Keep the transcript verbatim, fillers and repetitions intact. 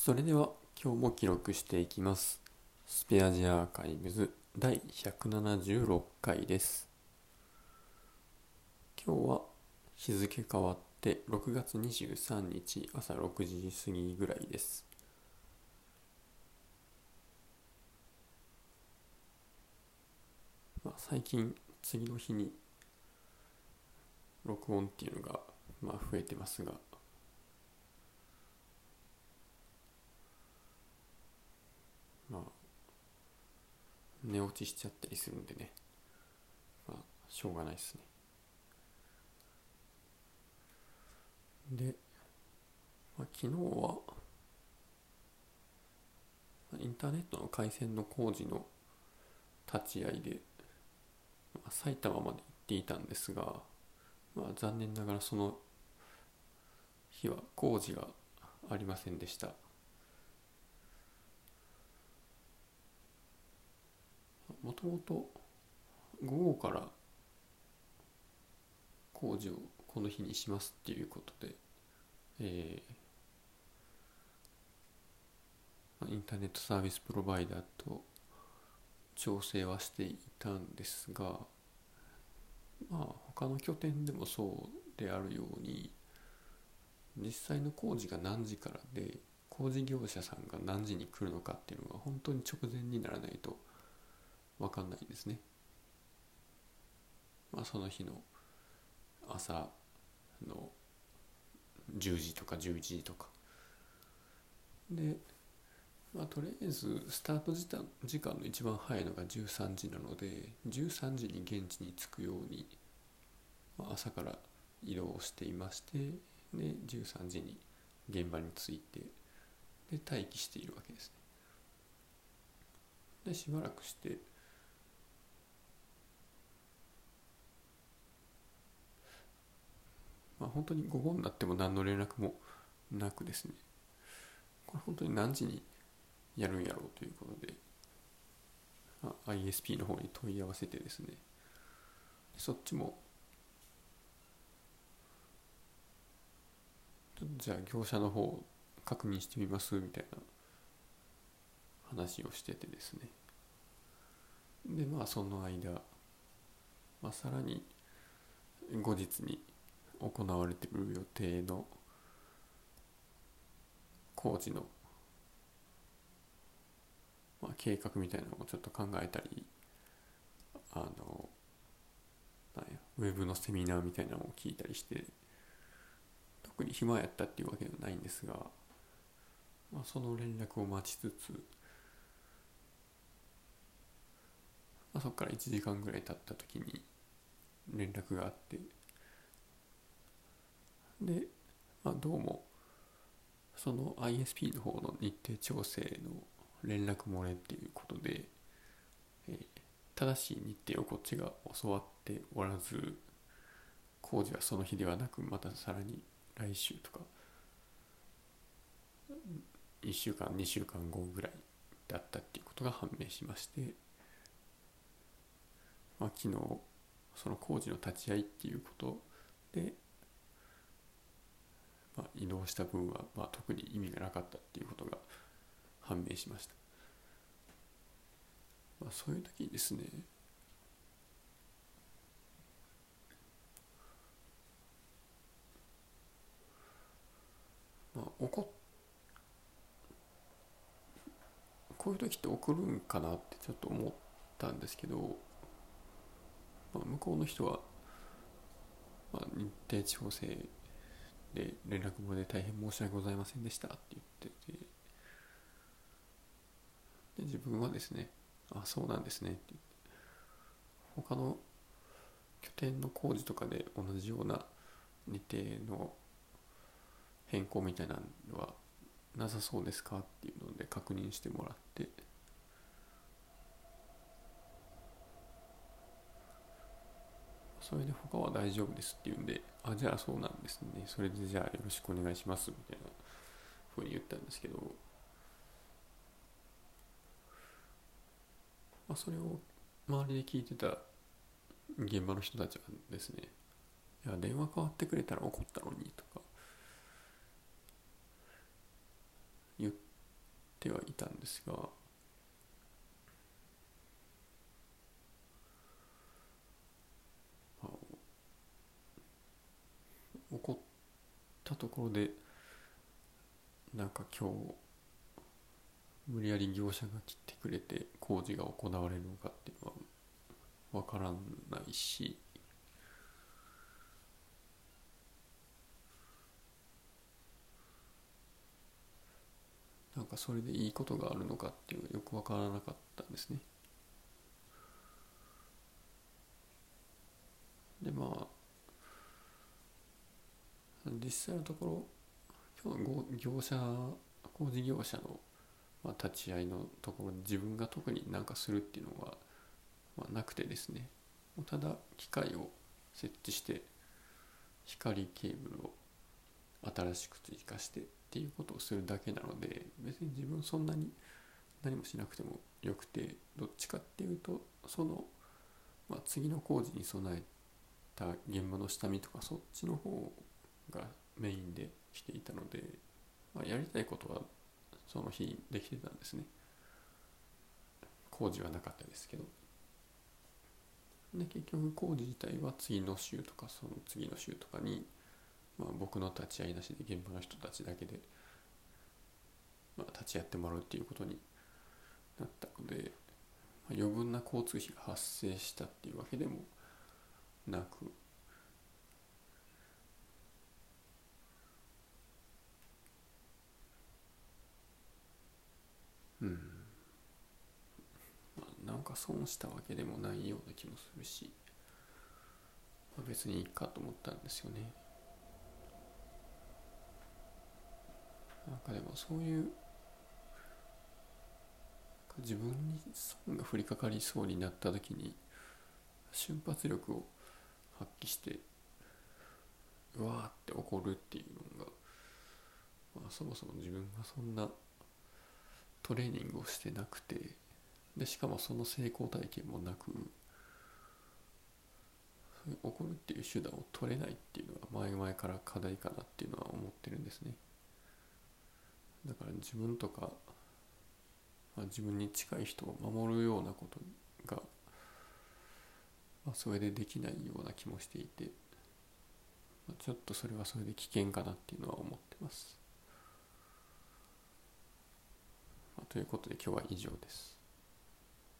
それでは今日も記録していきます。スペアジアアーカイブズだいひゃくななじゅうろっかいです。今日は日付変わってろくがつにじゅうさんにち朝ろくじ過ぎぐらいです。まあ、最近次の日に録音っていうのがまあ増えてますが、まあ寝落ちしちゃったりするんでね、まあしょうがないですね。で、まあ、昨日はインターネットの回線の工事の立ち会いで、まあ、埼玉まで行っていたんですが、まあ、残念ながらその日は工事がありませんでした。もともと午後から工事をこの日にしますっていうことで、えー、インターネットサービスプロバイダーと調整はしていたんですが、まあ他の拠点でもそうであるように、実際の工事が何時からで工事業者さんが何時に来るのかっていうのが本当に直前にならないと分かんないんですね。まあ、その日の朝のじゅうじとかじゅういちじとかで、まあ、とりあえずスタート時間時間の一番早いのがじゅうさんじなので、じゅうさんじに現地に着くように、まあ、朝から移動していまして、でじゅうさんじに現場に着いて、で待機しているわけですね。でしばらくして、まあ、本当に午後になっても何の連絡もなくですね、これ本当に何時にやるんやろうということで、まあ、アイエスピー の方に問い合わせてですね、そっちもちょっとじゃあ業者の方確認してみますみたいな話をしててですね、でまあその間、まあ、さらに後日に行われている予定の工事の、まあ、計画みたいなのをちょっと考えたり、あのなんやウェブのセミナーみたいなのを聞いたりして、特に暇やったっていうわけではないんですが、まあ、その連絡を待ちつつ、まあ、そこからいちじかんぐらい経った時に連絡があって、で、まあ、どうもその アイエスピー の方の日程調整の連絡漏れっていうことで、えー、正しい日程をこっちが教わっておらず、工事はその日ではなくまたさらに来週とかいっしゅうかんにしゅうかんごぐらいだったっていうことが判明しまして、まあ、昨日その工事の立ち会いっていうことで、まあ、移動した分はまあ特に意味がなかったっていうことが判明しました。まあ、そういう時にですね、まあ、怒っこういう時って送るんかなってちょっと思ったんですけど、まあ、向こうの人は、まあ、日程調整で連絡漏れで大変申し訳ございませんでしたって言ってて、で自分はですね、あ、そうなんですねって言って、他の拠点の工事とかで同じような日程の変更みたいなのはなさそうですかっていうので確認してもらって、それで他は大丈夫ですっていうんで、あ、じゃあそうなんですね、それでじゃあよろしくお願いしますみたいなふうに言ったんですけど、まあ、それを周りで聞いてた現場の人たちはですね、いや電話変わってくれたら怒ったのにとか言ってはいたんですが、まあ、起こったところでなんか今日無理やり業者が来てくれて工事が行われるのかっていうのは分からないし、なんかそれでいいことがあるのかっていうのがよく分からなかったんですね。でまあ実際のところ今日の業者工事業者のまあ立ち会いのところで自分が特に何かするっていうのはまあなくてですね、ただ機械を設置して光ケーブルを新しく追加してっていうことをするだけなので、別に自分そんなに何もしなくてもよくて、どっちかっていうとその、まあ、次の工事に備えた現場の下見とかそっちの方がメインで来ていたので、まあ、やりたいことはその日できてたんですね。工事はなかったですけど。で結局工事自体は次の週とかその次の週とかに、まあ、僕の立ち会いなしで現場の人たちだけで、まあ、立ち会ってもらうっていうことになったので、まあ、余分な交通費が発生したっていうわけでもなく、うんまあ、なんか損したわけでもないような気もするし、まあ、別にいいかと思ったんですよね。なんかでもそういう自分に損が降りかかりそうになった時に瞬発力を発揮してうわーって怒るっていうのが、まあ、そもそも自分がそんなトレーニングをしてなくて、でしかもその成功体験もなく、怒るっていう手段を取れないっていうのは前々から課題かなっていうのは思ってるんですね。だから自分とか、まあ、自分に近い人を守るようなことが、まあ、それでできないような気もしていて、まあ、ちょっとそれはそれで危険かなっていうのは思ってます。まあ、ということで今日は以上です。